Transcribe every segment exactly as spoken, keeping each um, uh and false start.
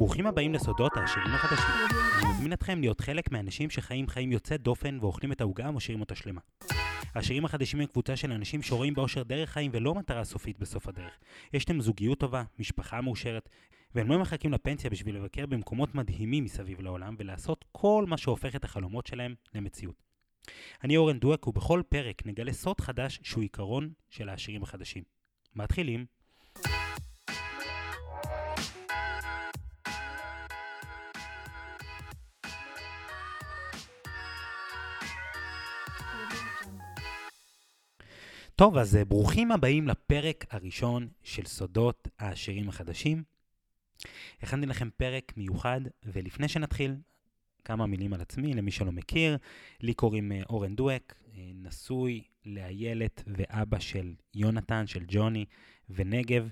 ברוכים הבאים לסודות העשירים החדשים. אני מזמין אתכם להיות חלק מהאנשים שחיים חיים יוצא דופן ואוכלים את העוגה ומשאירים אותה שלמה. העשירים החדשים הם קבוצה של אנשים שרואים באושר דרך חיים ולא מטרה סופית בסוף הדרך. יש להם זוגיות טובה, משפחה מאושרת, והם לא מחכים לפנסיה בשביל לבקר במקומות מדהימים מסביב לעולם ולעשות כל מה שהופך את החלומות שלהם למציאות. אני אורן דואק, ובכל פרק נגלה סוד חדש שהוא עיקרון של העשירים החדשים. מתחילים. טוב, אז ברוכים הבאים לפרק הראשון של סודות העשירים החדשים. הכנתי לכם פרק מיוחד, ולפני שנתחיל, כמה מילים על עצמי, למי שלא מכיר. לי קוראים אורן דואק, נשוי לאיילת ואבא של יונתן, של ג'וני ונגב.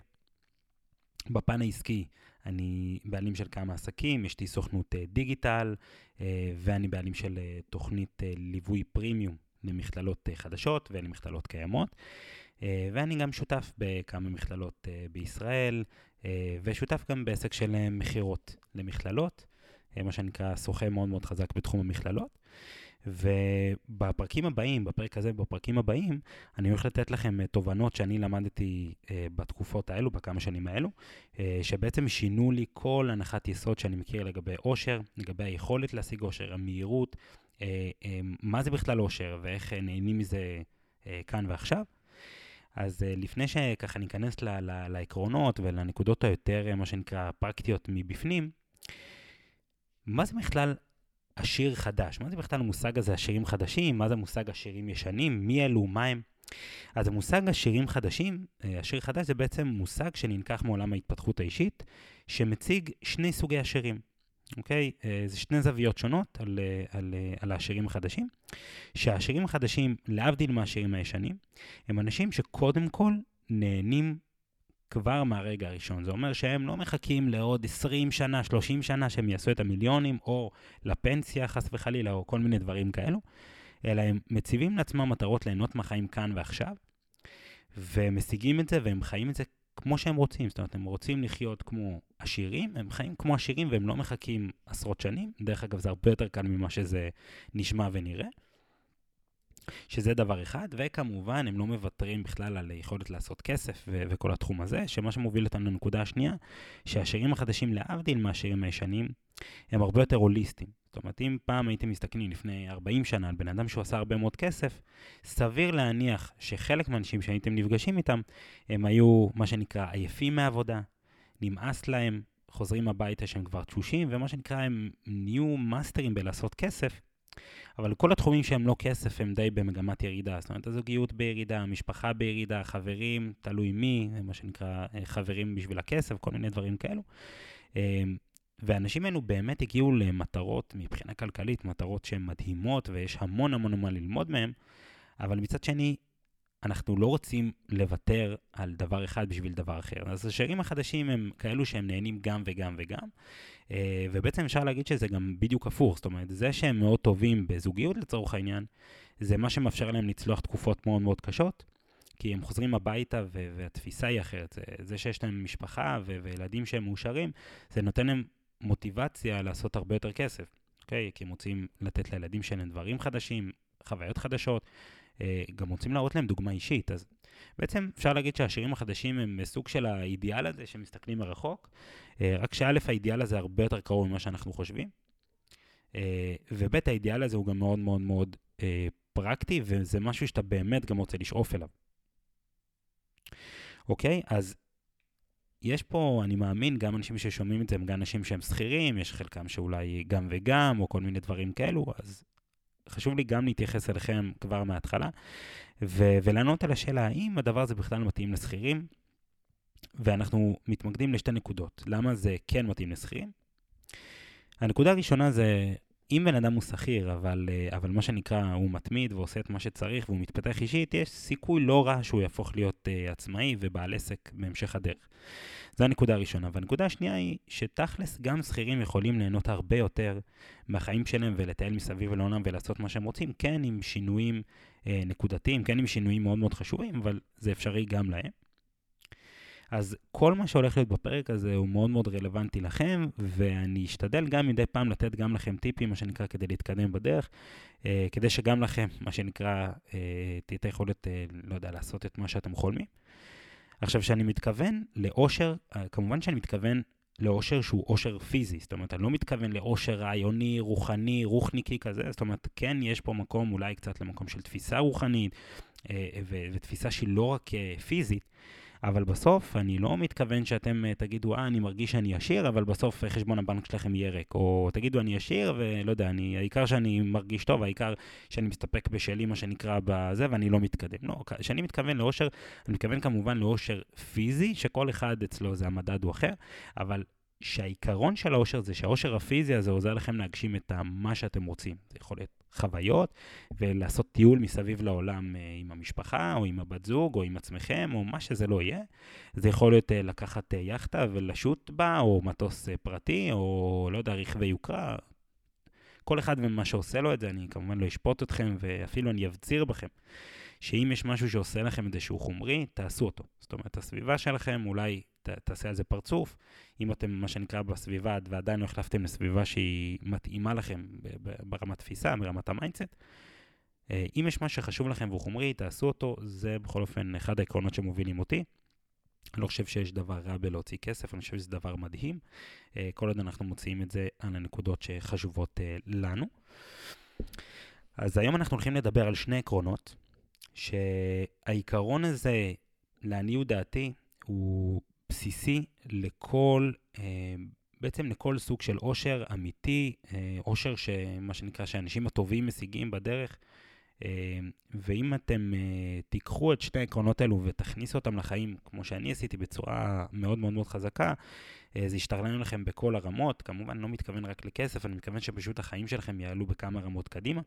בפן העסקי אני בעלים של כמה עסקים, יש לי סוכנות דיגיטל, ואני בעלים של תוכנית ליווי פרימיום למכללות חדשות ולמכללות קיימות, ואני גם שותף בכמה מכללות בישראל, ושותף גם בעסק של מחירות למכללות, מה שנקרא סוחר מאוד מאוד חזק בתחום המכללות. ובפרקים הבאים, בפרק הזה, בפרקים הבאים, אני הולך לתת לכם תובנות שאני למדתי בתקופות האלו, בכמה שנים האלו, שבעצם שינו לי כל הנחת יסוד שאני מכיר לגבי אושר, לגבי היכולת להשיג אושר, המהירות, מה זה בכלל אושר ואיך נהנים מזה כאן ועכשיו. אז לפני שככה ניכנס לעקרונות ולנקודות היותר, מה שנקרא, פרקטיות מבפנים, מה זה בכלל עשיר חדש? מה זה בכלל המושג הזה, עשירים חדשים? מה זה המושג עשירים ישנים? מי אלו? מה הם? אז המושג עשירים חדשים, עשיר חדש, זה בעצם מושג שנלקח מעולם ההתפתחות האישית, שמציג שני סוגי עשירים. אוקיי? זה שני זוויות שונות על, על, על העשירים החדשים, שהעשירים החדשים, להבדיל מהעשירים הישנים, הם אנשים שקודם כל נהנים כבר מהרגע הראשון. זה אומר שהם לא מחכים לעוד עשרים שנה, שלושים שנה שהם יעשו את המיליונים, או לפנסיה חס וחלילה, או כל מיני דברים כאלו, אלא הם מציבים לעצמם מטרות ליהנות מהחיים כאן ועכשיו, ומשיגים את זה, והם חיים את זה כמו שהם רוצים. זאת אומרת, הם רוצים לחיות כמו עשירים, הם חיים כמו עשירים, והם לא מחכים עשרות שנים. דרך אגב, זה הרבה יותר קל ממה שזה נשמע ונראה. שזה דבר אחד, וכמובן הם לא מוותרים בכלל על יכולת לעשות כסף ו- וכל התחום הזה, שמה שמוביל אותנו לנקודה השנייה, שהעשירים החדשים להבדיל מהעשירים הישנים, הם הרבה יותר הוליסטיים. זאת אומרת, אם פעם הייתם מסתכלים לפני ארבעים שנה על בן אדם שהוא עשה הרבה מאוד כסף, סביר להניח שחלק מהאנשים שהייתם נפגשים איתם, הם היו מה שנקרא עייפים מהעבודה, נמאס להם, חוזרים הביתה שהם כבר תשושים, ומה שנקרא הם נהיו מאסטרים בלעשות כסף, אבל כל התחומים שהם לא כסף הם די במגמת ירידה. זאת אומרת, הזוגיות בירידה, המשפחה בירידה, חברים, תלוי מי, מה שנקרא חברים בשביל הכסף, כל מיני דברים כאלו. ואנשים האלו באמת הגיעו למטרות מבחינה כלכלית, מטרות שהן מדהימות ויש המון המון מה ללמוד מהם, אבל מצד שני, אנחנו לא רוצים לוותר על דבר אחד בשביל דבר אחר. אז העשירים החדשים הם כאלו שהם נהנים גם וגם וגם, ובעצם אפשר להגיד שזה גם בדיוק הפוך. זאת אומרת, זה שהם מאוד טובים בזוגיות לצורך העניין, זה מה שמאפשר להם לצלוח תקופות מאוד מאוד קשות, כי הם חוזרים הביתה והתפיסה היא אחרת. זה, זה שיש להם משפחה וילדים שהם מאושרים, זה נותן להם מוטיבציה לעשות הרבה יותר כסף. אוקיי? כי הם רוצים לתת לילדים שלהם דברים חדשים, חוויות חדשות, גם רוצים להראות להם דוגמה אישית. אז בעצם אפשר להגיד שהעשירים החדשים הם סוג של האידיאל הזה שמסתכלים מרחוק, רק שא' האידיאל הזה הרבה יותר קרוב ממה שאנחנו חושבים, וב' האידיאל הזה הוא גם מאוד מאוד מאוד פרקטי, וזה משהו שאתה באמת גם רוצה לשאוף אליו. אוקיי? אז יש פה, אני מאמין, גם אנשים ששומעים את זה, הם גם אנשים שהם שכירים, יש חלקם שאולי גם וגם, או כל מיני דברים כאלו, אז חשוב לי גם להתייחס אליכם כבר מההתחלה, ו- ולענות על השאלה, האם הדבר הזה בכלל מתאים לשכירים, ואנחנו מתמקדים לשתי נקודות. למה זה כן מתאים לשכירים? הנקודה הראשונה זה, אם בן אדם הוא שכיר, אבל, אבל מה שנקרא, הוא מתמיד ועושה את מה שצריך, והוא מתפתח אישית, יש סיכוי לא רע שהוא יהפוך להיות uh, עצמאי ובעל עסק בהמשך הדרך. זו הנקודה הראשונה. והנקודה השנייה היא שתכלס גם שכירים יכולים ליהנות הרבה יותר מהחיים שלהם ולטייל מסביב לעולם ולעשות מה שהם רוצים, כן עם שינויים uh, נקודתיים, כן עם שינויים מאוד מאוד חשובים, אבל זה אפשרי גם להם. אז כל מה שהולך להיות בפרק הזה הוא מאוד מאוד רלוונטי לכם, ואני אשתדל גם מדי פעם לתת גם לכם טיפים, מה שנקרא, כדי להתקדם בדרך, אה, כדי שגם לכם, מה שנקרא, אה, תהיה את היכולת, אה, לא יודע, לעשות את מה שאתם חולמים. עכשיו, שאני מתכוון לאושר, אה, כמובן שאני מתכוון לאושר שהוא אושר פיזי, זאת אומרת, אני לא מתכוון לאושר רעיוני, רוחני, רוחניקי כזה, זאת אומרת, כן, יש פה מקום אולי קצת למקום של תפיסה רוחנית, אה, ו- ותפיסה שהיא לא רק אה, פיזית, אבל בסוף אני לא מתכוון שאתם uh, תגידו, אה, אני מרגיש שאני עשיר, אבל בסוף חשבון הבנק שלכם יהיה ריק. או תגידו, אני עשיר, ולא יודע, אני, העיקר שאני מרגיש טוב, העיקר שאני מסתפק בשלי, מה שנקרא בזה, ואני לא מתקדם. לא, כשאני מתכוון לאושר, אני מתכוון כמובן לאושר פיזי, שכל אחד אצלו זה המדד הוא אחר, אבל שהעיקרון של האושר זה שהאושר הפיזי הזה עוזר לכם להגשים את מה שאתם רוצים. זה יכול להיות חוויות, ולעשות טיול מסביב לעולם עם המשפחה, או עם הבת זוג, או עם עצמכם, או מה שזה לא יהיה. זה יכול להיות לקחת יחטה ולשוט בה, או מטוס פרטי, או לא יודע, רכבי יוקרה. כל אחד ומה שעושה לו את זה, אני כמובן לא אשפוט אתכם, ואפילו אני אבציר בכם, שאם יש משהו שעושה לכם את זה שהוא חומרי, תעשו אותו. זאת אומרת, הסביבה שלכם, אולי ת, תעשה על זה פרצוף. אם אתם, מה שנקרא, בסביבה, ועדיין לא החלפתם לסביבה שהיא מתאימה לכם ברמת תפיסה, ברמת המיינדסט, אם יש משהו שחשוב לכם והוא חומרי, תעשו אותו. זה בכל אופן אחד העקרונות שמובילים אותי. אני לא חושב שיש דבר רע בלהוציא כסף, אני חושב שזה דבר מדהים. כל עוד אנחנו מוציאים את זה על הנקודות שחשובות לנו. אז היום אנחנו הולכים לדבר על שני עקרונות, שהעיקרון הזה, לעניות דעתי, הוא בסיסי לכל, בעצם לכל סוג של אושר אמיתי, אושר שמה שנקרא שאנשים הטובים משיגים בדרך, ואם אתם תיקחו את שני העקרונות האלו ותכניסו אותם לחיים, כמו שאני עשיתי בצורה מאוד מאוד מאוד חזקה, זה ישתרלנו לכם בכל הרמות. כמובן לא מתכוון רק לכסף, אני מתכוון שפשוט החיים שלכם יעלו בכמה רמות קדימה.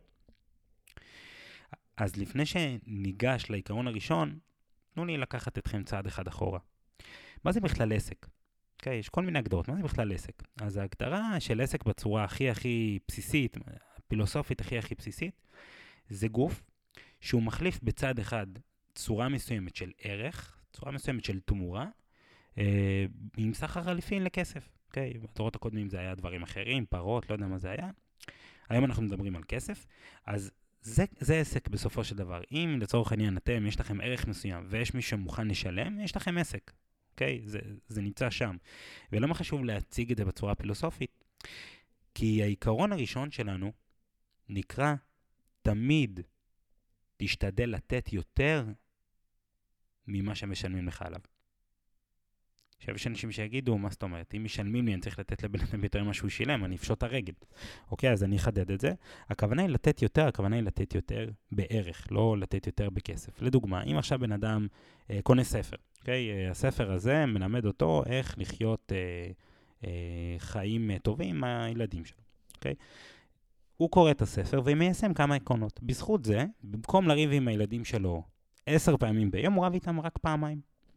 אז לפני שניגש לעיקרון הראשון, תנו לי לקחת אתכם צעד אחד אחורה. מה זה בכלל עסק? Okay, יש כל מיני הגדרות. מה זה בכלל עסק? אז ההגדרה של עסק בצורה הכי הכי בסיסית, הפילוסופית הכי הכי בסיסית, זה גוף שהוא מחליף בצד אחד צורה מסוימת של ערך, צורה מסוימת של תמורה, אה, עם סחר חליפין לכסף. Okay, בתורות הקודמים זה היה דברים אחרים, פרות, לא יודע מה זה היה. היום אנחנו מדברים על כסף. אז זה, זה עסק בסופו של דבר. אם לצורך העניין אתם, יש לכם ערך מסוים ויש מישהו שמוכן לשלם, יש לכם עסק. אוקיי? זה, זה נמצא שם. ולמה חשוב להציג את זה בצורה פילוסופית? כי העיקרון הראשון שלנו נקרא תמיד תשתדל לתת יותר ממה שמשלמים לך עליו. עכשיו יש אנשים שיגידו, מה זאת אומרת? אם משלמים לי, אני צריך לתת לבן אדם יותר ממה שהוא שילם, אני אפשוט הרגל. אוקיי, אז אני אחדד את זה. הכוונה היא לתת יותר, הכוונה היא לתת יותר בערך, לא לתת יותר בכסף. לדוגמה, אם עכשיו בן אדם אה, קונה ספר, אוקיי? אה, הספר הזה מלמד אותו איך לחיות אה, אה, חיים אה, טובים עם הילדים שלו, אוקיי? הוא קורא את הספר ומיישם כמה עקרונות. בזכות זה, במקום לריב עם הילדים שלו עשר פעמים ביום, הוא רב איתם רק פעמיים.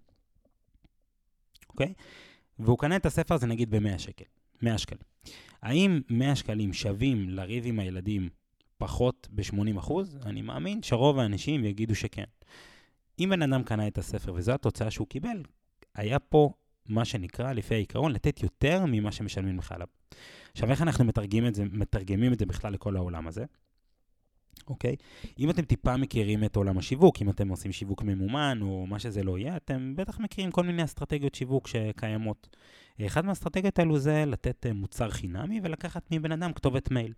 אוקיי? והוא קנה את הספר הזה נגיד ב-מאה שקל, מאה שקלים. האם מאה שקלים שווים לריב עם הילדים פחות ב-שמונים אחוז? אני מאמין שרוב האנשים יגידו שכן. אם בן אדם קנה את הספר וזו התוצאה שהוא קיבל, היה פה מה שנקרא לפי העיקרון לתת יותר ממה שמשלמים לך עליו. עכשיו איך אנחנו מתרגמים את זה, מתרגמים את זה בכלל לכל העולם הזה? אוקיי? אם אתם טיפה מכירים את עולם השיווק, אם אתם עושים שיווק ממומן או מה שזה לא יהיה, אתם בטח מכירים כל מיני אסטרטגיות שיווק שקיימות. אחד מהאסטרטגיות האלו זה לתת מוצר חינמי ולקחת מבן אדם כתובת מייל.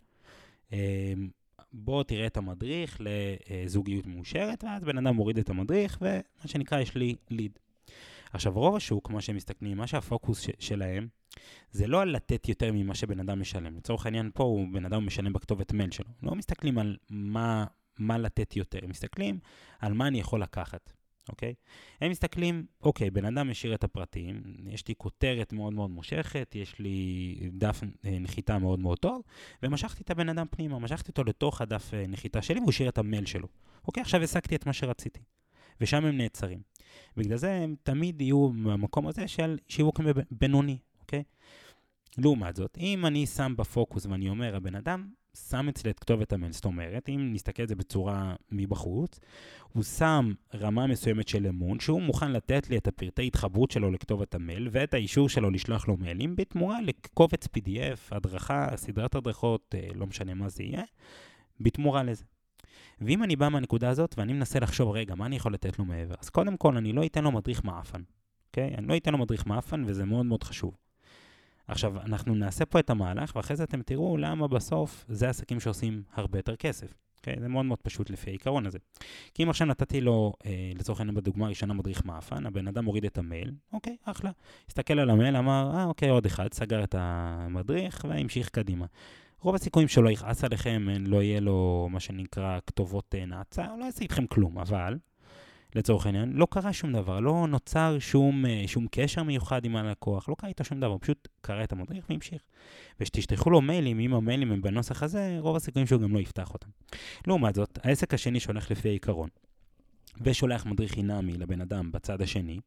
בוא תראה את המדריך לזוגיות מאושרת, ואז בן אדם מוריד את המדריך, ומה שנקרא יש לי ליד. עכשיו רוב השוק, כמו שהם מסתכלים, מה שהפוקוס ש- שלהם, זה לא על לתת יותר ממה שבן אדם משלם. לצורך העניין פה הוא בן אדם משלם בכתובת מייל שלו. לא מסתכלים על מה, מה לתת יותר, הם מסתכלים על מה אני יכול לקחת, אוקיי? הם מסתכלים, אוקיי, בן אדם משאיר את הפרטים, יש לי כותרת מאוד מאוד מושכת, יש לי דף נחיתה מאוד מאוד טוב, ומשכתי את הבן אדם פנימה, משכתי אותו לתוך הדף נחיתה שלי, והוא השאיר את המייל שלו. אוקיי, עכשיו השגתי את מה שרציתי. ושם הם נעצרים. בגלל זה הם תמיד יהיו במקום הזה של שיווק בינוני, אוקיי? לעומת זאת, אם אני שם בפוקוס ואני אומר, הבן אדם שם אצלי את כתובת המייל. זאת אומרת, אם נסתכל את זה בצורה מבחוץ, הוא שם רמה מסוימת של אמון, שהוא מוכן לתת לי את הפרטי התחברות שלו לכתובת המייל, ואת האישור שלו לשלוח לו מיילים, בתמורה לקובץ פי די אף, הדרכה, סדרת הדרכות, לא משנה מה זה יהיה, בתמורה לזה. ואם אני בא מהנקודה הזאת, ואני מנסה לחשוב, רגע, מה אני יכול לתת לו מעבר? אז קודם כל, אני לא אתן לו מדריך מאפן. אוקיי? אני לא אתן לו מדריך מאפן, וזה מאוד מאוד חשוב. עכשיו, אנחנו נעשה פה את המהלך, ואחרי זה אתם תראו למה בסוף זה עסקים שעושים הרבה יותר כסף. אוקיי? זה מאוד מאוד פשוט לפי העיקרון הזה. כי אם עכשיו נתתי לו, אה, לצורך העניין בדוגמה הראשונה מדריך מאפן, הבן אדם הוריד את המייל, אוקיי, אחלה. הסתכל על המייל, אמר, אה, אוקיי, עוד אחד, סגר את המדריך, והמשיך קדימה. רוב הסיכויים שלו יכעס עליכם, לא יהיה לו מה שנקרא כתובות נאצה, לא יעשה איתכם כלום, אבל לצורך העניין, לא קרה שום דבר, לא נוצר שום, שום קשר מיוחד עם הלקוח, לא קרה איתו שום דבר, פשוט קרא את המדריך והמשיך. ושתשתכחו לו מיילים, אם המיילים הם בנוסח הזה, רוב הסיכויים שהוא גם לא יפתח אותם. לעומת זאת, העסק השני שהולך לפי העיקרון, ושולח מדריך חינמי לבן אדם בצד השני,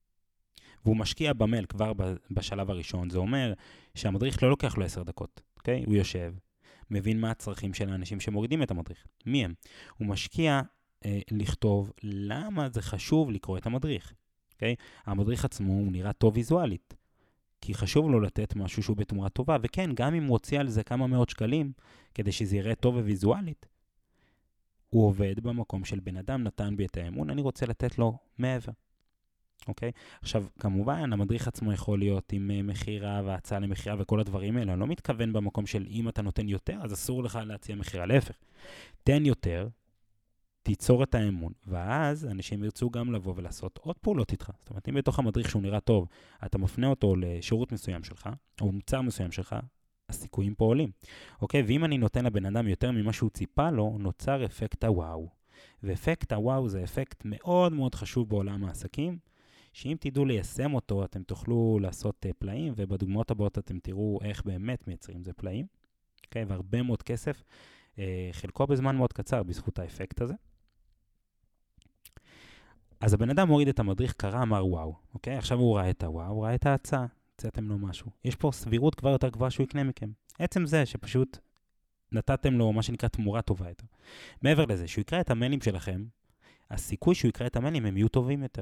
והוא משקיע במייל כבר בשלב הראשון, זה אומר שהמדריך לא לוקח לו עשר דקות, אוקיי? הוא יושב, מבין מה הצרכים של האנשים שמורידים את המדריך. מי הם? הוא משקיע אה, לכתוב למה זה חשוב לקרוא את המדריך, אוקיי? המדריך עצמו הוא נראה טוב ויזואלית, כי חשוב לו לתת משהו שהוא בתמורה טובה, וכן, גם אם הוא הוציא על זה כמה מאות שקלים, כדי שזה יראה טוב וויזואלית, הוא עובד במקום של בן אדם נתן בי את האמון, אני רוצה לתת לו מעבר. אוקיי? עכשיו, כמובן, המדריך עצמו יכול להיות עם מחירה והצעה למחירה וכל הדברים האלה. אני לא מתכוון במקום של אם אתה נותן יותר, אז אסור לך להציע מחירה. להפך, תן יותר, תיצור את האמון, ואז אנשים ירצו גם לבוא ולעשות עוד פעולות איתך. זאת אומרת, אם בתוך המדריך שהוא נראה טוב, אתה מפנה אותו לשירות מסוים שלך, או מוצר מסוים שלך, הסיכויים פה עולים. אוקיי? ואם אני נותן לבן אדם יותר ממה שהוא ציפה לו, נוצר אפקט הוואו. ואפקט הוואו זה אפקט מאוד מאוד חשוב בעולם העסקים, שאם תדעו ליישם אותו, אתם תוכלו לעשות uh, פלאים, ובדוגמאות הבאות אתם תראו איך באמת מייצרים זה פלאים. אוקיי? והרבה מאוד כסף, uh, חלקו בזמן מאוד קצר בזכות האפקט הזה. אז הבן אדם מוריד את המדריך, קרא, אמר וואו. אוקיי? עכשיו הוא ראה את הוואו, הוא ראה את ההצעה, הצעתם לו משהו. יש פה סבירות כבר יותר גבוהה שהוא יקנה מכם. עצם זה שפשוט נתתם לו מה שנקרא תמורה טובה יותר. מעבר לזה, שהוא יקרא את המיילים שלכם, הסיכוי שהוא יקרא את המיילים הם יהיו טובים יותר.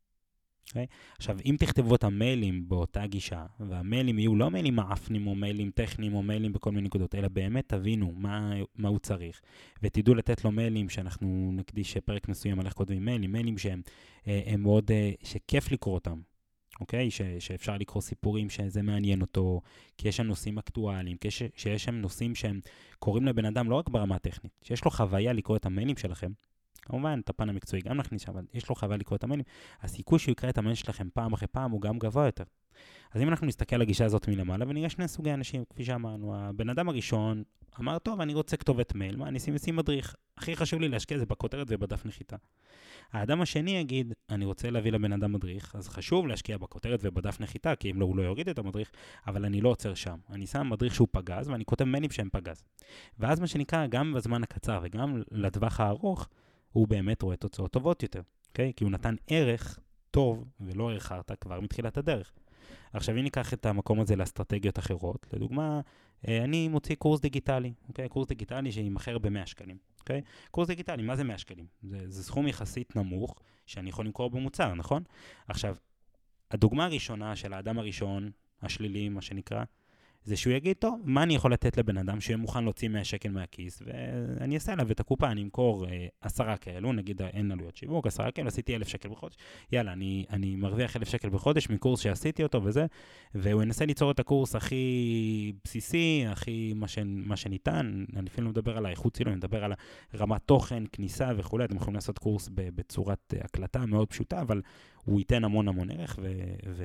Okay? עכשיו, אם תכתבו את המיילים באותה גישה, והמיילים יהיו לא מיילים מאפנים או מיילים טכניים או מיילים בכל מיני נקודות, אלא באמת תבינו מה, מה הוא צריך, ותדעו לתת לו מיילים שאנחנו נקדיש פרק מסוים על איך כותבים מיילים, מיילים שהם הם מאוד, שכיף לקרוא אותם, אוקיי? ש, שאפשר לקרוא סיפורים שזה מעניין אותו, כי יש שם נושאים אקטואליים, כי יש, שיש שם נושאים שהם קוראים לבן אדם לא רק ברמה הטכנית, שיש לו חוויה לקרוא את המיילים שלכם, כמובן, את הפן המקצועי גם נכניס, אבל יש לו חוויה לקרוא את המיילים, הסיכוי שהוא יקרא את המייל שלכם פעם אחרי פעם הוא גם גבוה יותר. אז אם אנחנו נסתכל על הגישה הזאת מלמעלה, ונראה שני סוגי אנשים, כפי שאמרנו, הבן אדם הראשון אמר, טוב, אני רוצה כתובת מייל, מה, אני שים ושים מדריך, הכי חשוב לי להשקיע זה בכותרת ובדף נחיתה. האדם השני יגיד, אני רוצה להביא לבן אדם מדריך, אז חשוב להשקיע בכותרת ובדף נחיתה, כי אם לא, הוא לא יוריד את המדריך, אבל אני לא עוצר שם. אני שם מדריך שהוא פגז, ואני כותב מיילים שהם פגז. ואז מה שנקרא, גם בזמן הקצר וגם לטווח הארוך, הוא באמת רואה תוצאות טובות יותר, אוקיי? כי הוא נתן ערך טוב ולא ערך הרתע כבר מתחילת הדרך. עכשיו, אם ניקח את המקום הזה לאסטרטגיות אחרות, לדוגמה, אני מוציא קורס דיגיטלי, אוקיי? קורס דיגיטלי שימחר ב-מאה שקלים, אוקיי? קורס דיגיטלי, מה זה מאה שקלים? זה, זה סכום יחסית נמוך שאני יכול למכור במוצר, נכון? עכשיו, הדוגמה הראשונה של האדם הראשון, השלילי, מה שנקרא, זה שהוא יגיד, טוב, מה אני יכול לתת לבן אדם שיהיה מוכן להוציא מאה שקל מהכיס, ואני אעשה עליו את הקופה, אני אמכור אה, עשרה כאלו, נגיד אין עלויות שיווק, עשרה כאלו, עשיתי אלף שקל בחודש, יאללה, אני, אני מרוויח אלף שקל בחודש מקורס שעשיתי אותו וזה, והוא ינסה ליצור את הקורס הכי בסיסי, הכי מה, ש, מה שניתן, אני אפילו לא מדבר על האיכות שלו, אני מדבר על רמת תוכן, כניסה וכו', אתם יכולים לעשות קורס בצורת הקלטה מאוד פשוטה, אבל הוא ייתן המון המון ערך, ו... ו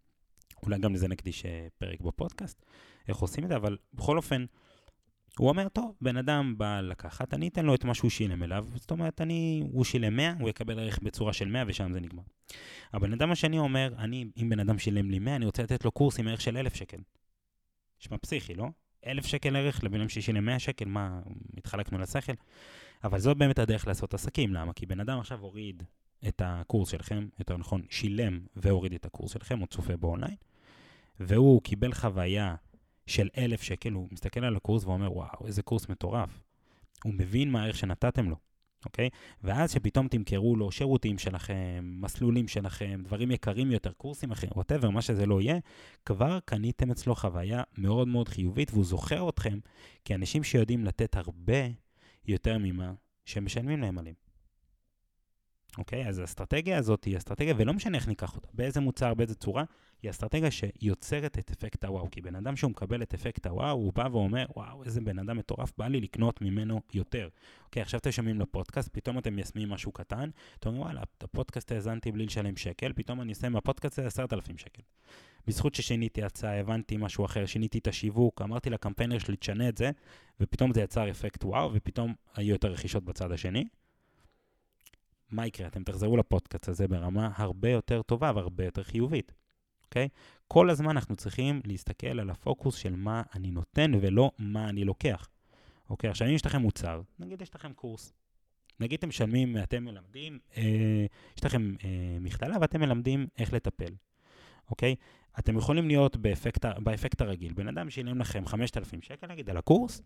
אולי גם לזה נקדיש פרק בפודקאסט, איך עושים את זה, אבל בכל אופן, הוא אומר, טוב, בן אדם בא לקחת, אני אתן לו את מה שהוא שילם אליו, זאת אומרת, אני, הוא שילם מאה, הוא יקבל ערך בצורה של מאה, ושם זה נגמר. הבן אדם השני אומר, אני, אם בן אדם שילם לי מאה, אני רוצה לתת לו קורס עם ערך של אלף שקל. נשמע פסיכי, לא? אלף שקל ערך לבן אדם ששילם מאה שקל, מה, מתחלקנו לשכל? אבל זאת באמת הדרך לעשות עסקים, למה? כי בן אדם עכשיו הוריד את הקורס שלכם, יותר נכון, שילם והוריד את הקורס שלכם, הוא צופה באונליין, והוא קיבל חוויה של אלף שקל, הוא מסתכל על הקורס ואומר, וואו, איזה קורס מטורף. הוא מבין מה הערך שנתתם לו, אוקיי? ואז שפתאום תמכרו לו שירותים שלכם, מסלולים שלכם, דברים יקרים יותר, קורסים אחרים, whatever, מה שזה לא יהיה, כבר קניתם אצלו חוויה מאוד מאוד חיובית, והוא זוכר אתכם כאנשים שיודעים לתת הרבה יותר ממה שמשלמים להם עליהם. אוקיי? אז האסטרטגיה הזאת היא אסטרטגיה, ולא משנה איך ניקח אותה, באיזה מוצר, באיזה צורה, היא אסטרטגיה שיוצרת את אפקט הוואו, כי בן אדם שהוא מקבל את אפקט הוואו, הוא בא ואומר, וואו, איזה בן אדם מטורף, בא לי לקנות ממנו יותר. אוקיי, עכשיו אתם שומעים לפודקאסט, פתאום אתם מיישמים משהו קטן, אתם אומרים, וואלה, הפודקאסט האזנתי בלי לשלם שקל, פתאום אני אסיים הפודקאסט זה עשרת אלפים שקל. בזכות ששיניתי הצעה, הבנתי משהו אחר, שיניתי את השיווק, אמרתי לקמפיינר שלי, תשנה את זה, ופתאום זה יצר אפקט וואו, ופתאום היו יותר רכישות בצד השני. מה יקרה? אתם תחזרו לפודקאסט הזה ברמה הרבה יותר טובה והרבה יותר חיובית. אוקיי? כל הזמן אנחנו צריכים להסתכל על הפוקוס של מה אני נותן ולא מה אני לוקח. אוקיי? עכשיו, אם יש לכם מוצר, נגיד יש לכם קורס. נגיד אתם משלמים, אתם מלמדים, אה, יש לכם אה, מכללה ואתם מלמדים איך לטפל. אוקיי? אתם יכולים להיות באפקט, באפקט הרגיל. בן אדם שילם לכם חמשת אלפים שקל, נגיד, על הקורס,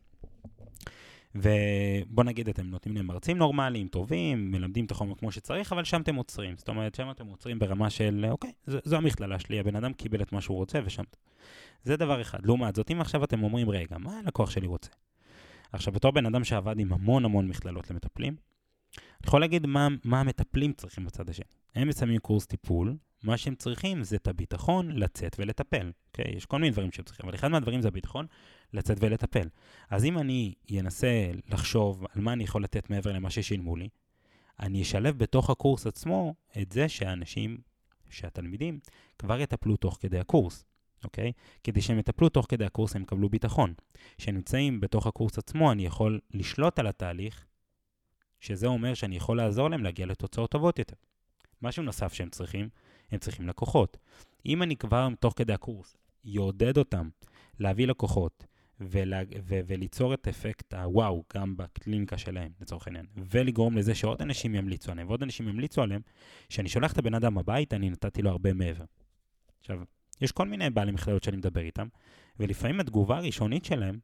ובוא נגיד אתם נותנים להם מרצים נורמליים, טובים, מלמדים את החומר כמו שצריך, אבל שם אתם עוצרים. זאת אומרת, שם אתם עוצרים ברמה של, אוקיי, זו, זו המכללה שלי, הבן אדם קיבל את מה שהוא רוצה ושם. זה דבר אחד. לעומת זאת, אם עכשיו אתם אומרים, רגע, מה הלקוח שלי רוצה? עכשיו, בתור בן אדם שעבד עם המון המון מכללות למטפלים, אני יכול להגיד מה, מה המטפלים צריכים בצד השני. הם מסיימים קורס טיפול, מה שהם צריכים זה את הביטחון לצאת ולטפל. אוקיי? יש כל מיני דברים שהם צריכים, אבל אחד מהדברים זה הביטחון לצאת ולטפל. אז אם אני אנסה לחשוב על מה אני יכול לתת מעבר למה ששילמו לי, אני אשלב בתוך הקורס עצמו את זה שהאנשים, שהתלמידים, כבר יטפלו תוך כדי הקורס. אוקיי? כדי שהם יטפלו תוך כדי הקורס, הם יקבלו ביטחון. כשנמצאים בתוך הקורס עצמו, אני יכול לשלוט על התהליך, שזה אומר שאני יכול לעזור להם להגיע לתוצאות טובות יותר. משהו נוסף שהם צריכים, הם צריכים לקוחות. אם אני כבר תוך כדי הקורס יעודד אותם להביא לקוחות ולה, ו, וליצור את אפקט הוואו גם בקליניקה שלהם, לצורך העניין, ולגרום לזה שעוד אנשים ימליצו עליהם, ועוד אנשים ימליצו עליהם, שאני שולח את הבן אדם הבית, אני נתתי לו הרבה מעבר. עכשיו, יש כל מיני בעלי מכללות שאני מדבר איתם, ולפעמים התגובה הראשונית שלהם,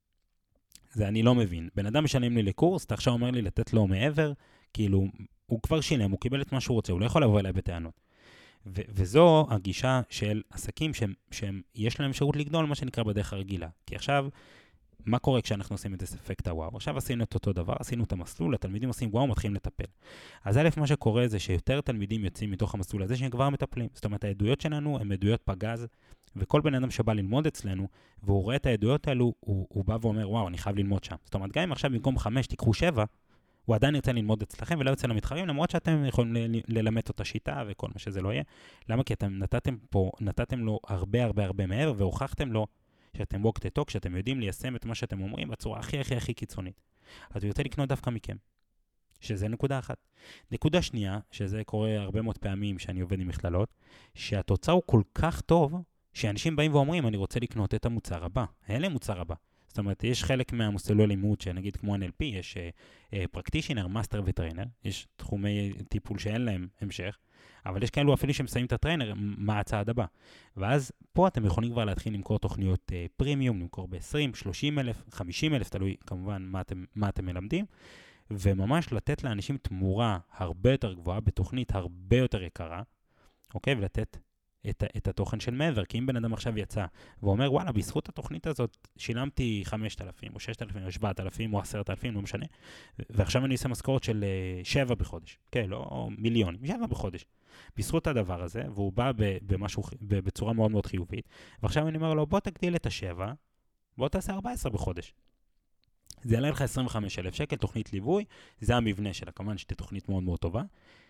זה אני לא מבין. בן אדם משלם לי לקורס, אתה עכשיו אומר לי לתת לו מעבר, כאילו, הוא כבר שילם, הוא קיבל את מה שהוא רוצה, הוא לא יכול לבוא אליי בטענות. ו- וזו הגישה של עסקים שהם, שהם, יש להם אפשרות לגדול, מה שנקרא בדרך הרגילה. כי עכשיו, מה קורה כשאנחנו עושים את אפקט הוואו? עכשיו עשינו את אותו דבר, עשינו את המסלול, התלמידים עושים וואו, מתחילים לטפל. אז א', מה שקורה זה שיותר תלמידים יוצאים מתוך המסלול הזה שהם כבר מטפלים. זאת אומרת, העדויות שלנו הן עדויות פגז, וכל בן אדם שבא ללמוד אצלנו, והוא רואה את העדויות האלו, הוא, הוא בא ואומר, וואו, אני חייב ללמוד שם. זאת אומרת, גם אם עכשיו במקום חמש תיקחו שבע, הוא עדיין ירצה ללמוד אצלכם ולא יוצא למתחרים, למרות שאתם יכולים ל- ללמד אותה שיטה וכל מה שזה לא יהיה. למה? כי אתם נתתם פה, נתתם לו הרבה הרבה הרבה מעבר, והוכחתם לו שאתם walk the talk, שאתם יודעים ליישם את מה שאתם אומרים בצורה הכי הכי הכי קיצונית. אז הוא ירצה לקנות דווקא מכם. שזה נקודה אחת. נקודה שנייה, שזה קורה הרבה מאוד פעמים שאני עובד עם מכללות, שהתוצאה הוא כל כך טוב, שאנשים באים ואומרים, אני רוצה לקנות את המוצר הבא. אין להם מוצר הבא. זאת אומרת, יש חלק מהמסלולי לימוד, שנגיד כמו אן אל פי, יש פרקטישנר, מאסטר וטריינר, יש תחומי טיפול שאין להם המשך, אבל יש כאלו אפילו שמסיים את הטריינר, מה הצעד הבא. ואז פה אתם יכולים כבר להתחיל למכור תוכניות אה, פרימיום, למכור ב-עשרים, שלושים אלף, חמישים אלף, תלוי כמובן מה אתם, מה אתם מלמדים, וממש לתת לאנשים תמורה הרבה יותר גבוהה, בתוכנית הרבה יותר יקרה, אוקיי? ולתת את, את התוכן של מעבר, כי אם בן אדם עכשיו יצא ואומר, וואלה, בזכות התוכנית הזאת שילמתי חמשת אלפים, או ששת אלפים, או שבעת אלפים, או עשרת אלפים, לא משנה, ועכשיו אני עושה משכורת של שבע בחודש, כן, לא מיליון, שבע בחודש. בזכות הדבר הזה, והוא בא במשהו, בצורה מאוד מאוד חיובית, ועכשיו אני אומר לו, בוא תגדיל את השבע, בוא תעשה ארבע עשרה בחודש. זה יעלה לך עשרים וחמישה אלף שקל, תוכנית ליווי, זה המבנה שלה, כמובן שתהיה תוכנית מאוד מאוד טובה.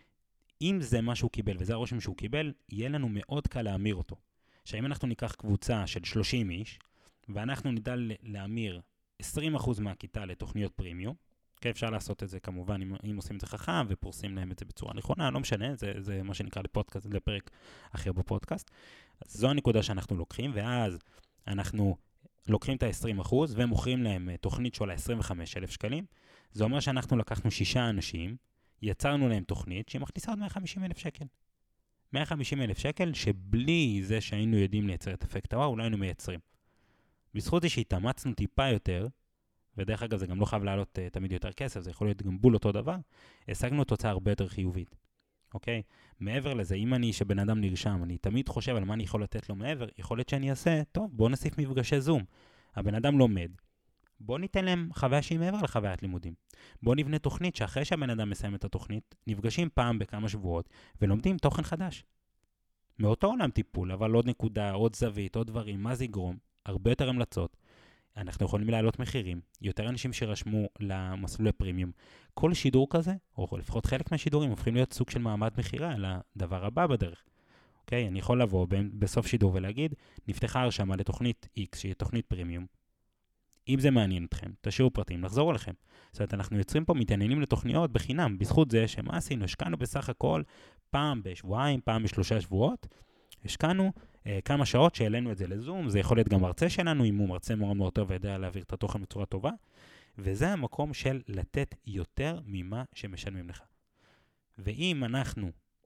אם זה מה שהוא קיבל, וזה הרושם שהוא קיבל, יהיה לנו מאוד קל להמיר אותו. עכשיו, אם אנחנו ניקח קבוצה של שלושים איש, ואנחנו נדע להמיר עשרים אחוז מהכיתה לתוכניות פרימיום, כן, אפשר לעשות את זה כמובן, אם, אם עושים את זה חכם, ופורסים להם את זה בצורה נכונה, לא משנה, זה, זה מה שנקרא לפודקאסט, לפרק אחר בפודקאסט. אז זו הנקודה שאנחנו לוקחים, ואז אנחנו לוקחים את ה-עשרים אחוז, ומוכרים להם תוכנית שעולה עשרים וחמישה אלף שקלים. זה אומר שאנחנו לקחנו שישה אנשים, יצרנו להם תוכנית שהיא מכניסה עוד מאה וחמישים אלף שקל. מאה וחמישים אלף שקל שבלי זה שהיינו יודעים לייצר את אפקט הוואו, אולי היינו מייצרים. בזכות זה שהתאמצנו טיפה יותר, ודרך אגב זה גם לא חייב לעלות uh, תמיד יותר כסף, זה יכול להיות גם בול אותו דבר, השגנו תוצאה הרבה יותר חיובית. אוקיי? מעבר לזה, אם אני שבן אדם נרשם, אני תמיד חושב על מה אני יכול לתת לו מעבר, יכול להיות שאני אעשה, טוב, בוא נוסיף מפגשי זום. הבן אדם לומד, בוא ניתן להם חוויה שהיא מעבר לחוויית לימודים. בוא נבנה תוכנית שאחרי שהבן אדם מסיים את התוכנית, נפגשים פעם בכמה שבועות, ולומדים תוכן חדש. מאותו עולם טיפול, אבל עוד נקודה, עוד זווית, עוד דברים, מה זה יגרום? הרבה יותר המלצות. אנחנו יכולים להעלות מחירים, יותר אנשים שרשמו למסלול פרימיום. כל שידור כזה, או לפחות חלק מהשידורים, הופכים להיות סוג של מעמד מחירה לדבר הבא בדרך. אוקיי? אני יכול לבוא בסוף שידור ולהגיד, נפתחה הרשמה לתוכנית X, שהיא תוכנית פרימיום. אם זה מעניין אתכם, תשאירו פרטים, לחזור אליכם. זאת אומרת, אנחנו יוצרים פה מתעניינים לתוכניות בחינם, בזכות זה שמה עשינו, השקענו בסך הכל פעם בשבועיים, פעם בשלושה שבועות, השקענו אה, כמה שעות שהעלינו את זה לזום, זה יכול להיות גם מרצה שלנו, אם הוא מרצה מאוד מאוד טוב וידע להעביר את התוכן בצורה טובה, וזה המקום של לתת יותר ממה שמשלמים לך. ואם אנחנו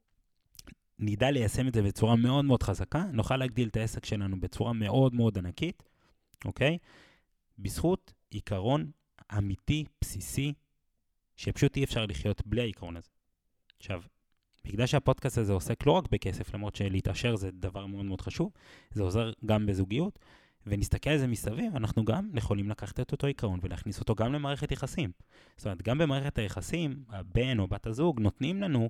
נדע ליישם את זה בצורה מאוד מאוד חזקה, נוכל להגדיל את העסק שלנו בצורה מאוד מאוד ענקית, אוקיי? בזכות עיקרון אמיתי, בסיסי, שפשוט אי אפשר לחיות בלי העיקרון הזה. עכשיו, בגלל שהפודקאסט הזה עוסק לא רק בכסף, למרות שלהתעשר זה דבר מאוד מאוד חשוב, זה עוזר גם בזוגיות, ונסתכל על זה מסביב, אנחנו גם יכולים לקחת את אותו עיקרון ולהכניס אותו גם למערכת יחסים. זאת אומרת, גם במערכת היחסים, הבן או בת הזוג נותנים לנו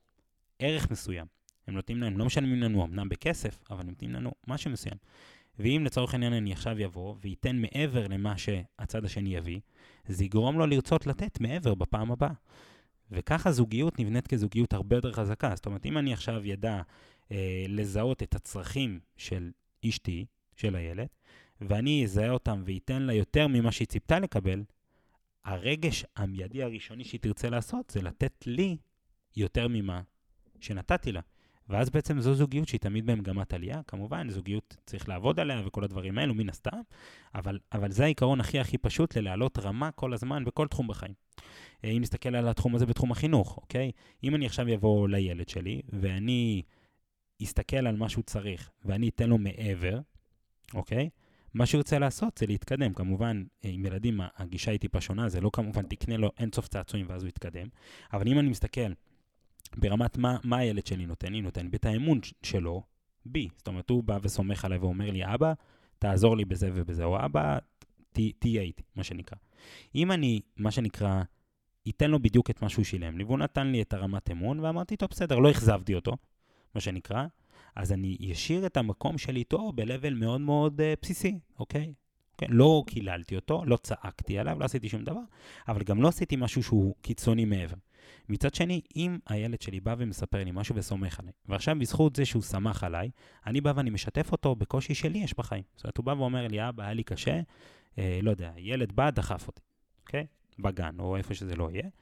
ערך מסוים. הם נותנים לנו, לא משלמים לנו אמנם בכסף, אבל נותנים לנו משהו מסוים. ואם לצורך העניין אני עכשיו יבוא וייתן מעבר למה שהצד השני יביא, זה יגרום לו לרצות לתת מעבר בפעם הבאה. וככה זוגיות נבנית כזוגיות הרבה יותר חזקה. זאת אומרת, אם אני עכשיו ידע אה, לזהות את הצרכים של אשתי, של הילד, ואני אזהה אותם וייתן לה יותר ממה שהיא ציפתה לקבל, הרגש המיידי הראשוני שהיא תרצה לעשות זה לתת לי יותר ממה שנתתי לה. ואז בעצם זו זוגיות שהיא תמיד במגמת עלייה. כמובן, זוגיות צריך לעבוד עליה וכל הדברים האלו, מן הסתם, אבל, אבל זה העיקרון הכי הכי פשוט ללהעלות רמה כל הזמן בכל תחום בחיים. אם נסתכל על התחום הזה בתחום החינוך, אוקיי? אם אני עכשיו יבוא לילד שלי, ואני אסתכל על מה שהוא צריך, ואני אתן לו מעבר, אוקיי? מה שהוא רוצה לעשות זה להתקדם. כמובן, עם ילדים הגישה היא טיפה שונה, זה לא כמובן תקנה לו אין סוף צעצועים ואז הוא יתקדם. אבל אם אני מסתכל ברמת מה, מה הילד שלי נותן, אני נותן בית האמון שלו, בי. זאת אומרת, הוא בא וסומך עליי ואומר לי, אבא, תעזור לי בזה ובזה, או אבא, תהיה איתי, מה שנקרא. אם אני, מה שנקרא, ייתן לו בדיוק את מה שהוא שילם לי, והוא נתן לי את הרמת אמון, ואמרתי, טוב, בסדר, לא החזבתי אותו, מה שנקרא, אז אני ישיר את המקום שלי איתו בלבל מאוד מאוד uh, בסיסי, אוקיי? אוקיי? לא קיללתי אותו, לא צעקתי עליו, לא עשיתי שום דבר, אבל גם לא עשיתי משהו שהוא קיצוני מעבר. מצד שני, אם הילד שלי בא ומספר לי משהו וסומך עליי, ועכשיו בזכות זה שהוא שמח עליי, אני בא ואני משתף אותו בקושי שלי יש בחיים. זאת אומרת, הוא בא ואומר לי, אבא, היה לי קשה, אה, לא יודע, ילד בא, דחף אותי, אוקיי? בגן, או איפה שזה לא יהיה.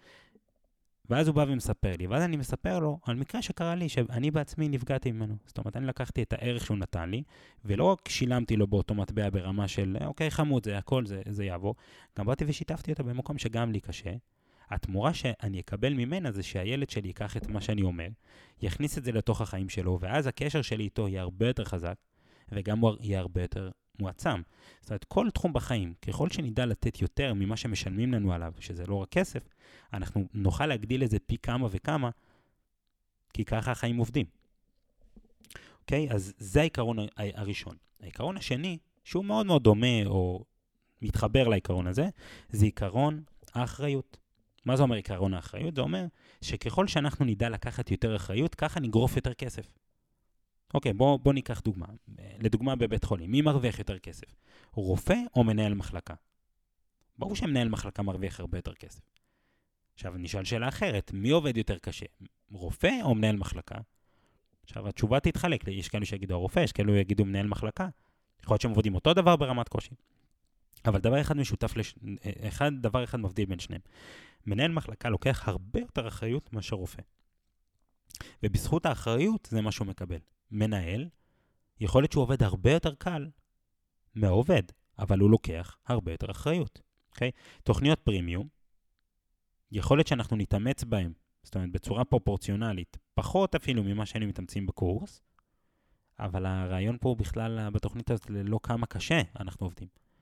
ואז הוא בא ומספר לי, ואז אני מספר לו על מקרה שקרה לי, שאני בעצמי נפגעתי ממנו. זאת אומרת, אני לקחתי את הערך שהוא נתן לי, ולא רק שילמתי לו באותו מטבע ברמה של, אוקיי, חמוד, זה הכל, זה, זה יעבור. גם באתי ושיתפתי אותו במקום שגם לי קשה. התמורה שאני אקבל ממנה זה שהילד שלי ייקח את מה שאני אומר, יכניס את זה לתוך החיים שלו, ואז הקשר שלי איתו יהיה הרבה יותר חזק, וגם הוא יהיה הרבה יותר מועצם. זאת אומרת, כל תחום בחיים, ככל שנדע לתת יותר ממה שמשלמים לנו עליו, שזה לא רק כסף, אנחנו נוכל להגדיל את זה פי כמה וכמה, כי ככה החיים עובדים. אוקיי? אז זה העיקרון הראשון. העיקרון השני, שהוא מאוד מאוד דומה, או מתחבר לעיקרון הזה, זה עיקרון האחריות. מה זה אומר עיקרון האחריות? זה אומר שככל שאנחנו נדע לקחת יותר אחריות, ככה נגרוף יותר כסף. אוקיי, בוא, בוא ניקח דוגמה. לדוגמה בבית חולים, מי מרוויח יותר כסף? רופא או מנהל מחלקה? ברור שמנהל מחלקה מרוויח הרבה יותר כסף. עכשיו נשאל שאלה אחרת, מי עובד יותר קשה? רופא או מנהל מחלקה? עכשיו התשובה תתחלק, יש כאלו שיגידו הרופא, יש כאלו יגידו מנהל מחלקה. יכול להיות שהם עובדים אותו דבר ברמת קושי. אבל דבר אחד משותף, לש... אחד, דבר אחד מבדיל בין שניהם. מנהל מחלקה לוקח הרבה יותר אחריות מאשר רופא. ובזכות האחריות זה מה שהוא מקבל. מנהל, יכול להיות שהוא עובד הרבה יותר קל מהעובד, אבל הוא לוקח הרבה יותר אחריות. Okay? תוכניות פרימיום, יכול להיות שאנחנו נתאמץ בהם, זאת אומרת בצורה פרופורציונלית, פחות אפילו ממה שהיינו מתאמצים בקורס, אבל הרעיון פה בכלל בתוכנית הזאת לא כמה קשה אנחנו עובדים.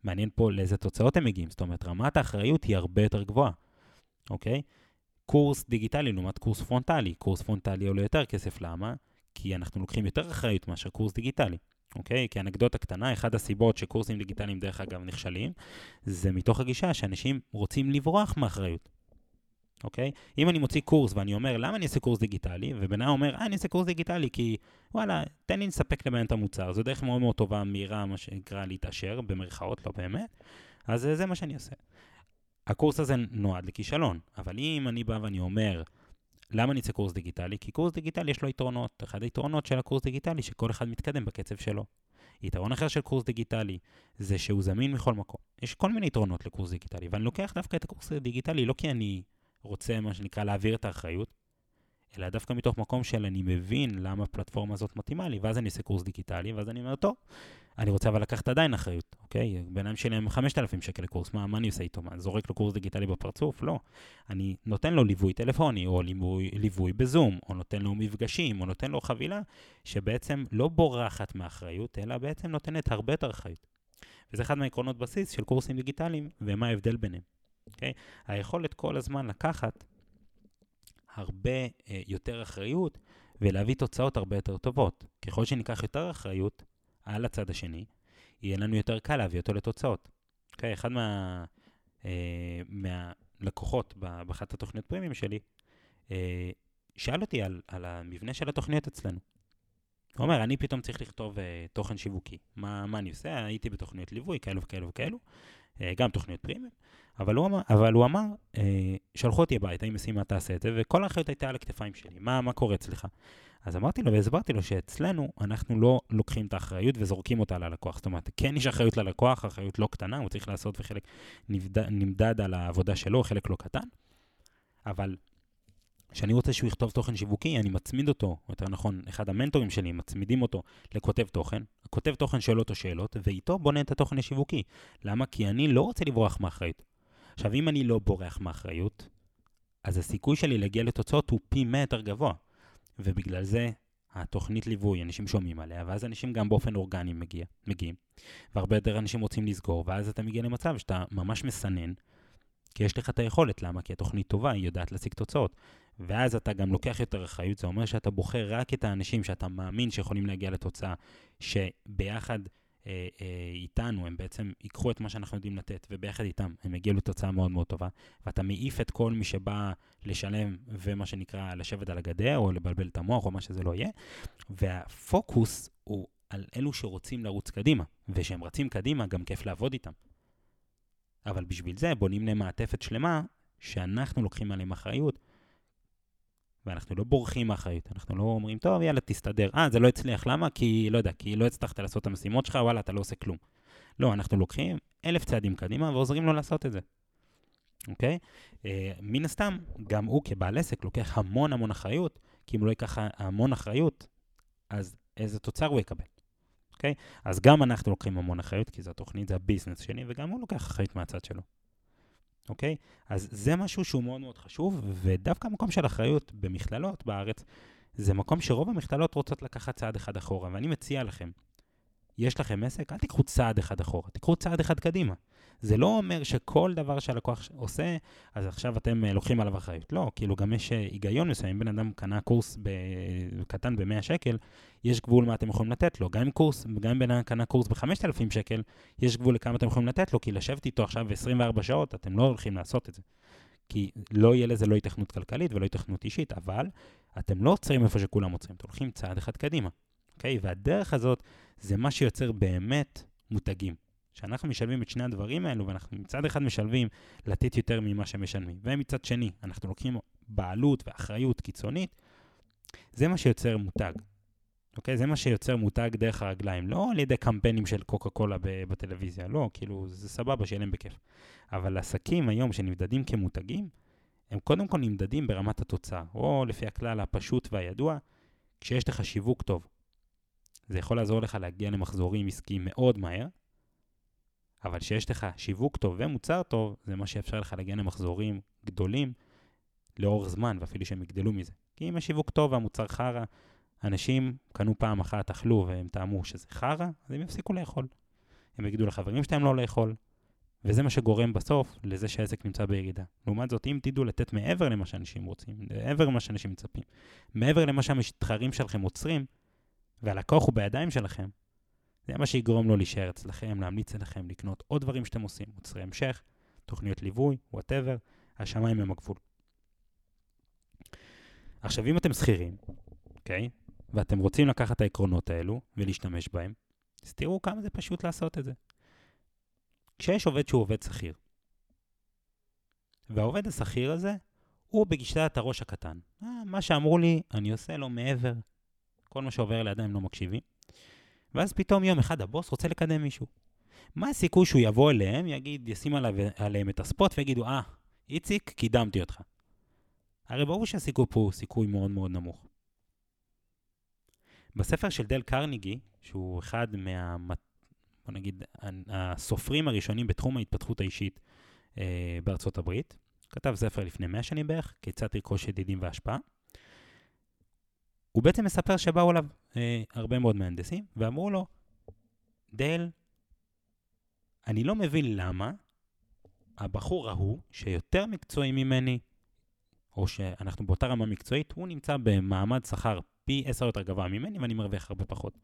מעניין פה לאיזה תוצאות הם מגיעים. זאת אומרת, רמת האחריות היא הרבה יותר גבוהה, אוקיי? קורס דיגיטלי לעומת קורס פרונטלי. קורס פרונטלי עולה יותר כסף, למה? כי אנחנו לוקחים יותר אחריות מאשר קורס דיגיטלי, אוקיי? כי אנקדוטה קטנה, אחד הסיבות שקורסים דיגיטליים דרך אגב נכשלים, זה מתוך הגישה שאנשים רוצים לברוח מאחריות, אוקיי? אם אני מוציא קורס ואני אומר, למה אני אעשה קורס דיגיטלי? ובנה אומר, אה, אני אעשה קורס דיגיטלי כי, וואלה, תן לי לספק לבן את המוצר. זו דרך מאוד מאוד טובה, מהירה, מה שנקרא להתעשר, במרכאות, לא באמת. אז זה מה שאני אעשה. הקורס הזה נועד לכישלון, אבל אם אני בא ואני אומר, למה אני אצא קורס דיגיטלי? כי קורס דיגיטלי יש לו יתרונות. אחד היתרונות של הקורס דיגיטלי, שכל אחד מתקדם בקצב שלו. יתרון אחר של קורס דיגיטלי, זה שהוא זמין מכל מקום. יש כל מיני יתרונות לקורס דיגיטלי, ואני לוקח דווקא את הקורס הדיגיטלי, לא כי אני רוצה, מה שנקרא, להעביר את האחריות, אלא דווקא מתוך מקום של אני מבין למה הפלטפורמה הזאת מתאימה לי, ואז אני אעשה קורס דיגיטלי, ואז אני אומר, טוב, אני רוצה אבל לקחת עדיין אחריות, אוקיי? ביניים שלהם חמשת אלפים שקל לקורס, מה, מה אני עושה איתו? מה, זורק לו קורס דיגיטלי בפרצוף? לא. אני נותן לו ליווי טלפוני, או ליווי, ליווי בזום, או נותן לו מפגשים, או נותן לו חבילה, שבעצם לא בורחת מאחריות, אלא בעצם נותנת הרבה יותר אחריות. וזה אחד מהעקרונות בסיס של קורסים דיגיטליים, ומה ההבדל ביניהם, אוקיי? היכולת כל הזמן לקחת הרבה אה, יותר אחריות, ולהביא תוצאות הרבה יותר טובות. ככל שניקח יותר אחריות על הצד השני, יהיה לנו יותר קל להביא אותו לתוצאות. Okay, אחד מה, אה, מהלקוחות באחת התוכניות פרימיום שלי, אה, שאל אותי על, על המבנה של התוכניות אצלנו. הוא אומר, אני פתאום צריך לכתוב אה, תוכן שיווקי. מה, מה אני עושה? הייתי בתוכניות ליווי, כאלו וכאלו וכאלו, אה, גם תוכניות פרימיום. אבל הוא אמר, אבל הוא אמר אה, שלחו אותי הביתה, אם משימה תעשה את זה, וכל האחריות הייתה על הכתפיים שלי. מה, מה קורה אצלך? אז אמרתי לו והסברתי לו שאצלנו אנחנו לא לוקחים את האחריות וזורקים אותה ללקוח. זאת אומרת, כן יש אחריות ללקוח, אחריות לא קטנה, הוא צריך לעשות וחלק נמדד, נמדד על העבודה שלו, חלק לא קטן. אבל כשאני רוצה שהוא יכתוב תוכן שיווקי, אני מצמיד אותו, או יותר נכון, אחד המנטורים שלי מצמידים אותו לכותב תוכן, הכותב תוכן שואל אותו שאלות, ואיתו בונה את התוכן השיווקי. למה? כי אני לא רוצה לברוח מאחריות. עכשיו, אם אני לא בורח מאחריות, אז הסיכוי שלי להגיע לתוצאות הוא פי מאה יותר גבוה. ובגלל זה התוכנית ליווי, אנשים שומעים עליה, ואז אנשים גם באופן אורגני מגיע, מגיעים. והרבה יותר אנשים רוצים לסגור, ואז אתה מגיע למצב שאתה ממש מסנן, כי יש לך את היכולת. למה? כי התוכנית טובה, היא יודעת להשיג תוצאות. ואז אתה גם לוקח יותר אחריות, זה אומר שאתה בוחר רק את האנשים שאתה מאמין שיכולים להגיע לתוצאה, שביחד אה, אה, איתנו הם בעצם ייקחו את מה שאנחנו יודעים לתת, וביחד איתם הם יגיעו לתוצאה מאוד מאוד טובה, ואתה מעיף את כל מי שבא לשלם ומה שנקרא לשבת על הגדר, או לבלבל את המוח, או מה שזה לא יהיה, והפוקוס הוא על אלו שרוצים לרוץ קדימה, ושהם רצים קדימה גם כיף לעבוד איתם. אבל בשביל זה בונים להם מעטפת שלמה, שאנחנו לוקחים עליהם אחריות, ואנחנו לא בורחים מאחריות, אנחנו לא אומרים, טוב, יאללה, תסתדר. אה, זה לא הצליח, למה? כי, לא יודע, כי לא הצלחת לעשות את המשימות שלך, וואלה, אתה לא עושה כלום. לא, אנחנו לוקחים אלף צעדים קדימה, ועוזרים לו לעשות את זה. אוקיי? אה, מן הסתם, גם הוא כבעל עסק לוקח המון המון אחריות, כי אם הוא לא ייקח המון אחריות, אז איזה תוצר הוא יקבל. אוקיי? אז גם אנחנו לוקחים המון אחריות, כי זו התוכנית, זה הביזנס שלי, וגם הוא לוקח אחריות מהצד שלו. אוקיי? אז זה משהו שהוא מאוד מאוד חשוב, ודווקא המקום של אחריות במכללות בארץ, זה מקום שרוב המכללות רוצות לקחת צעד אחד אחורה, ואני מציע לכם, יש לכם עסק, אל תיקחו צעד אחד אחורה, תיקחו צעד אחד קדימה. זה לא אומר שכל דבר שהלקוח עושה, אז עכשיו אתם לוקחים עליו אחריות. לא, כאילו גם יש היגיון מסוים, בן אדם קנה קורס קטן ב-מאה שקל, יש גבול מה אתם יכולים לתת לו. גם אם קורס, גם אם בן אדם קנה קורס ב-חמשת אלפים שקל, יש גבול לכמה אתם יכולים לתת לו, כי לשבת איתו עכשיו עשרים וארבע שעות, אתם לא הולכים לעשות את זה. כי לא יהיה לזה לא התכנות כלכלית ולא התכנות אישית, אבל אתם לא עוצרים איפה שכולם עוצרים, אתם הולכים צעד אחד קדימה. אוקיי? והדרך הזאת זה מה שיוצר באמת מותגים. שאנחנו משלבים את שני הדברים האלו, ואנחנו מצד אחד משלבים לתת יותר ממה שמשלמים. ומצד שני, אנחנו לוקחים בעלות ואחריות קיצונית, זה מה שיוצר מותג. אוקיי? זה מה שיוצר מותג דרך הרגליים. לא על ידי קמפיינים של קוקה קולה בטלוויזיה. לא, כאילו, זה סבבה שיהיה להם בכיף. אבל עסקים היום שנמדדים כמותגים, הם קודם כל נמדדים ברמת התוצאה, או לפי הכלל הפשוט והידוע, כשיש לך שיווק טוב. זה יכול לעזור לך להגיע למחזורים עסקיים מאוד מהר, אבל כשיש לך שיווק טוב ומוצר טוב, זה מה שאפשר לך להגיע למחזורים גדולים לאורך זמן, ואפילו שהם יגדלו מזה. כי אם השיווק טוב והמוצר חרה, אנשים קנו פעם אחת, אכלו והם טעמו שזה חרה, אז הם יפסיקו לאכול. הם יגידו לחברים שלהם לא לאכול, וזה מה שגורם בסוף לזה שהעסק נמצא בירידה. לעומת זאת, אם תדעו לתת מעבר למה שאנשים רוצים, מעבר למה שאנשים מצפים, מעבר למה שהמתחרים שלכם עוצרים, והלקוח הוא בידיים שלכם, זה מה שיגרום לו להישאר אצלכם, להמליץ אליכם, לקנות עוד דברים שאתם עושים, מוצרי המשך, תוכניות ליווי, whatever, השמיים הם הגבול. עכשיו, אם אתם שכירים, אוקיי? ואתם רוצים לקחת את העקרונות האלו ולהשתמש בהם, אז תראו כמה זה פשוט לעשות את זה. כשיש עובד שהוא עובד שכיר, והעובד השכיר הזה, הוא בגישת הראש הקטן. אה, מה שאמרו לי, אני עושה לו מעבר. כל מה שעובר לידיים לא מקשיבים. ואז פתאום יום אחד הבוס רוצה לקדם מישהו. מה הסיכוי שהוא יבוא אליהם, יגיד, ישים עליו, עליהם את הספוט ויגידו, אה, איציק, קידמתי אותך. הרי ברור שהסיכוי פה הוא סיכוי מאוד מאוד נמוך. בספר של דל קרניגי, שהוא אחד מה... בוא נגיד, הסופרים הראשונים בתחום ההתפתחות האישית אה, בארצות הברית, כתב ספר לפני מאה שנים בערך, כיצד תרכוש ידידים והשפעה. הוא בעצם מספר שבאו אליו אה, הרבה מאוד מהנדסים, ואמרו לו, דל, אני לא מבין למה הבחור ההוא, שיותר מקצועי ממני, או שאנחנו באותה רמה מקצועית, הוא נמצא במעמד שכר פי עשר יותר גבוה ממני, ואני מרוויח הרבה פחות.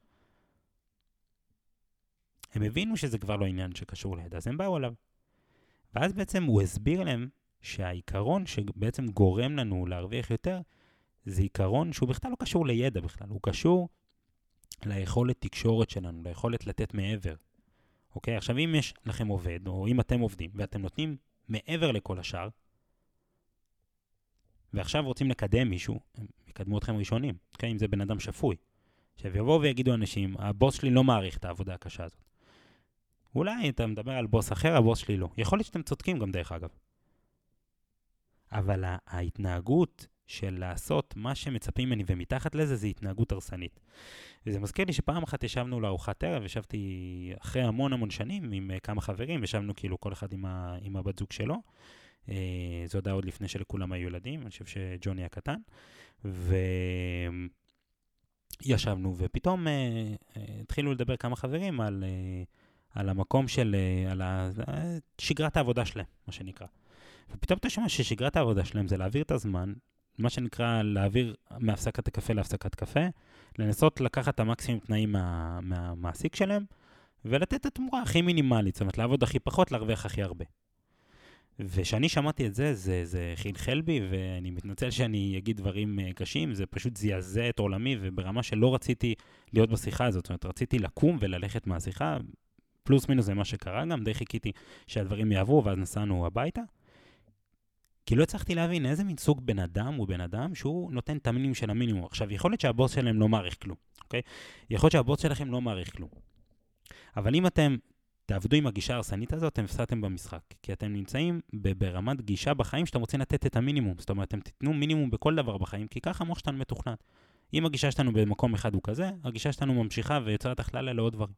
הם הבינו שזה כבר לא עניין שקשור לידע, אז הם באו עליו. ואז בעצם הוא הסביר להם שהעיקרון שבעצם גורם לנו להרוויח יותר, זה עיקרון שהוא בכלל לא קשור לידע בכלל, הוא קשור ליכולת תקשורת שלנו, ליכולת לתת מעבר. אוקיי? עכשיו אם יש לכם עובד, או אם אתם עובדים, ואתם נותנים מעבר לכל השאר, ועכשיו רוצים לקדם מישהו, הם יקדמו אתכם ראשונים, אוקיי? אם זה בן אדם שפוי. עכשיו יבואו ויגידו אנשים, הבוס שלי לא מעריך את העבודה הקשה הזאת. אולי אתה מדבר על בוס אחר, הבוס שלי לא. יכול להיות שאתם צודקים גם דרך אגב. אבל ההתנהגות של לעשות מה שמצפים ממני ומתחת לזה, זה התנהגות הרסנית. וזה מזכיר לי שפעם אחת ישבנו לארוחת ערב, ישבתי אחרי המון המון שנים עם כמה חברים, ישבנו כאילו כל אחד עם, ה, עם הבת זוג שלו. זה עוד עוד לפני שלכולם היו ילדים, אני חושב שג'וני הקטן. וישבנו, ופתאום התחילו לדבר כמה חברים על... על המקום של, על שגרת העבודה שלהם, מה שנקרא. ופתאום אתה שומע ששגרת העבודה שלהם זה להעביר את הזמן, מה שנקרא להעביר מהפסקת הקפה להפסקת קפה, לנסות לקחת את המקסימום תנאים מה, מהמעסיק שלהם, ולתת את התמורה הכי מינימלית, זאת אומרת, לעבוד הכי פחות, להרוויח הכי הרבה. ושאני שמעתי את זה, זה, זה חלחל בי, ואני מתנצל שאני אגיד דברים קשים, זה פשוט זעזע את עולמי, וברמה שלא רציתי להיות בשיחה הזאת, זאת אומרת, רציתי לקום וללכת מהשיחה, פלוס מינוס זה מה שקרה גם, די חיכיתי שהדברים יעברו, ואז נסענו הביתה. כי לא הצלחתי להבין איזה מין סוג בן אדם הוא בן אדם שהוא נותן את המינימום של המינימום. עכשיו, יכול להיות שהבוס שלהם לא מעריך כלום, אוקיי? יכול להיות שהבוס שלכם לא מעריך כלום. אבל אם אתם תעבדו עם הגישה ההרסנית הזאת, אתם הפסדתם במשחק. כי אתם נמצאים ברמת גישה בחיים שאתם רוצים לתת את המינימום. זאת אומרת, אתם תיתנו מינימום בכל דבר בחיים, כי ככה המוח שלנו מתוכנן. אם הגישה שלנו במקום אחד הוא כזה, הגישה שלנו ממשיכה ויוצרת הכללה לעוד דברים.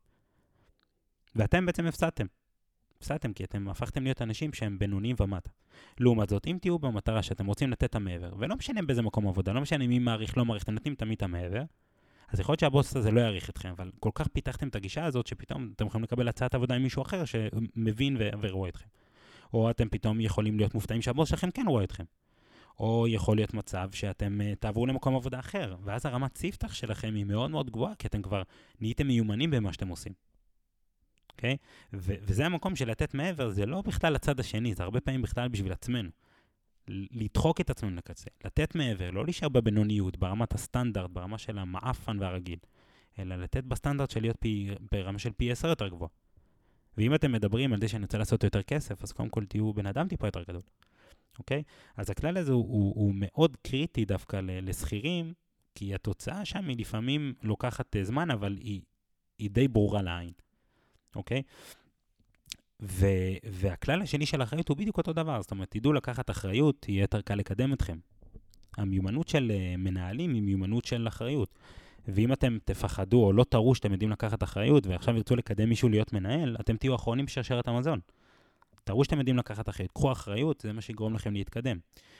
ואתם בעצם הפסדתם. הפסדתם כי אתם הפכתם להיות אנשים שהם בינוניים ומטה. לעומת זאת, אם תהיו במטרה שאתם רוצים לתת את המעבר, ולא משנה באיזה מקום עבודה, לא משנה מי מעריך, לא מעריך, אתם נותנים תמיד את המעבר, אז יכול להיות שהבוס הזה לא יעריך אתכם, אבל כל כך פיתחתם את הגישה הזאת, שפתאום אתם יכולים לקבל הצעת עבודה עם מישהו אחר שמבין ו- ורואה אתכם. או אתם פתאום יכולים להיות מופתעים שהבוס שלכם כן רואה אתכם. או יכול להיות מצב שאתם uh, תעברו למקום עבודה אחר, ואז הרמת ספתח שלכם היא מאוד מאוד גבוהה, כי אתם כבר נהייתם מיומנים במה שאתם עושים. אוקיי? ו- וזה המקום של לתת מעבר, זה לא בכלל לצד השני, זה הרבה פעמים בכלל בשביל עצמנו. לדחוק את עצמנו לקצה, לתת מעבר, לא להישאר בבינוניות, ברמת הסטנדרט, ברמה של המאפן והרגיל, אלא לתת בסטנדרט של להיות פי, ברמה של פי עשר יותר גבוה. ואם אתם מדברים על זה שאני רוצה לעשות יותר כסף, אז קודם כל תהיו בן אדם טיפה יותר גדול. אוקיי? אז הכלל הזה הוא, הוא, הוא מאוד קריטי דווקא לסחירים, כי התוצאה שם היא לפעמים לוקחת זמן, אבל היא, היא די ברורה לעין. אוקיי? ו- והכלל השני של האחריות הוא בדיוק אותו דבר. זאת אומרת, תדעו לקחת אחריות, יהיה יותר קל לקדם אתכם. המיומנות של uh, מנהלים היא מיומנות של אחריות. ואם אתם תפחדו או לא תראו שאתם יודעים לקחת אחריות, ועכשיו ירצו לקדם מישהו להיות מנהל, אתם תהיו אחרונים בשרשרת המזון. תראו שאתם יודעים לקחת אחריות. קחו אחריות, זה מה שיגרום לכם להתקדם.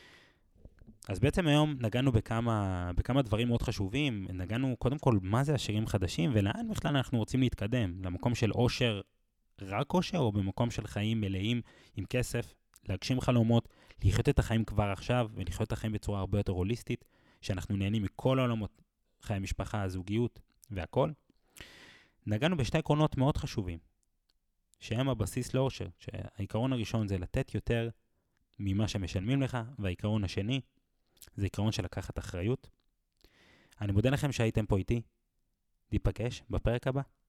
אז בעצם היום נגענו בכמה, בכמה דברים מאוד חשובים. נגענו קודם כל מה זה עשירים חדשים, ולאן בכלל אנחנו רוצים להתקדם. למקום של עושר רק אושר, או במקום של חיים מלאים עם כסף, להגשים חלומות, לחיות את החיים כבר עכשיו, ולחיות את החיים בצורה הרבה יותר הוליסטית, שאנחנו נהנים מכל העולמות, חיי המשפחה, הזוגיות והכל. נגענו בשתי עקרונות מאוד חשובים, שהם הבסיס לאושר, שהעיקרון הראשון זה לתת יותר ממה שמשלמים לך, והעיקרון השני זה עיקרון של לקחת אחריות. אני מודה לכם שהייתם פה איתי, ניפגש בפרק הבא.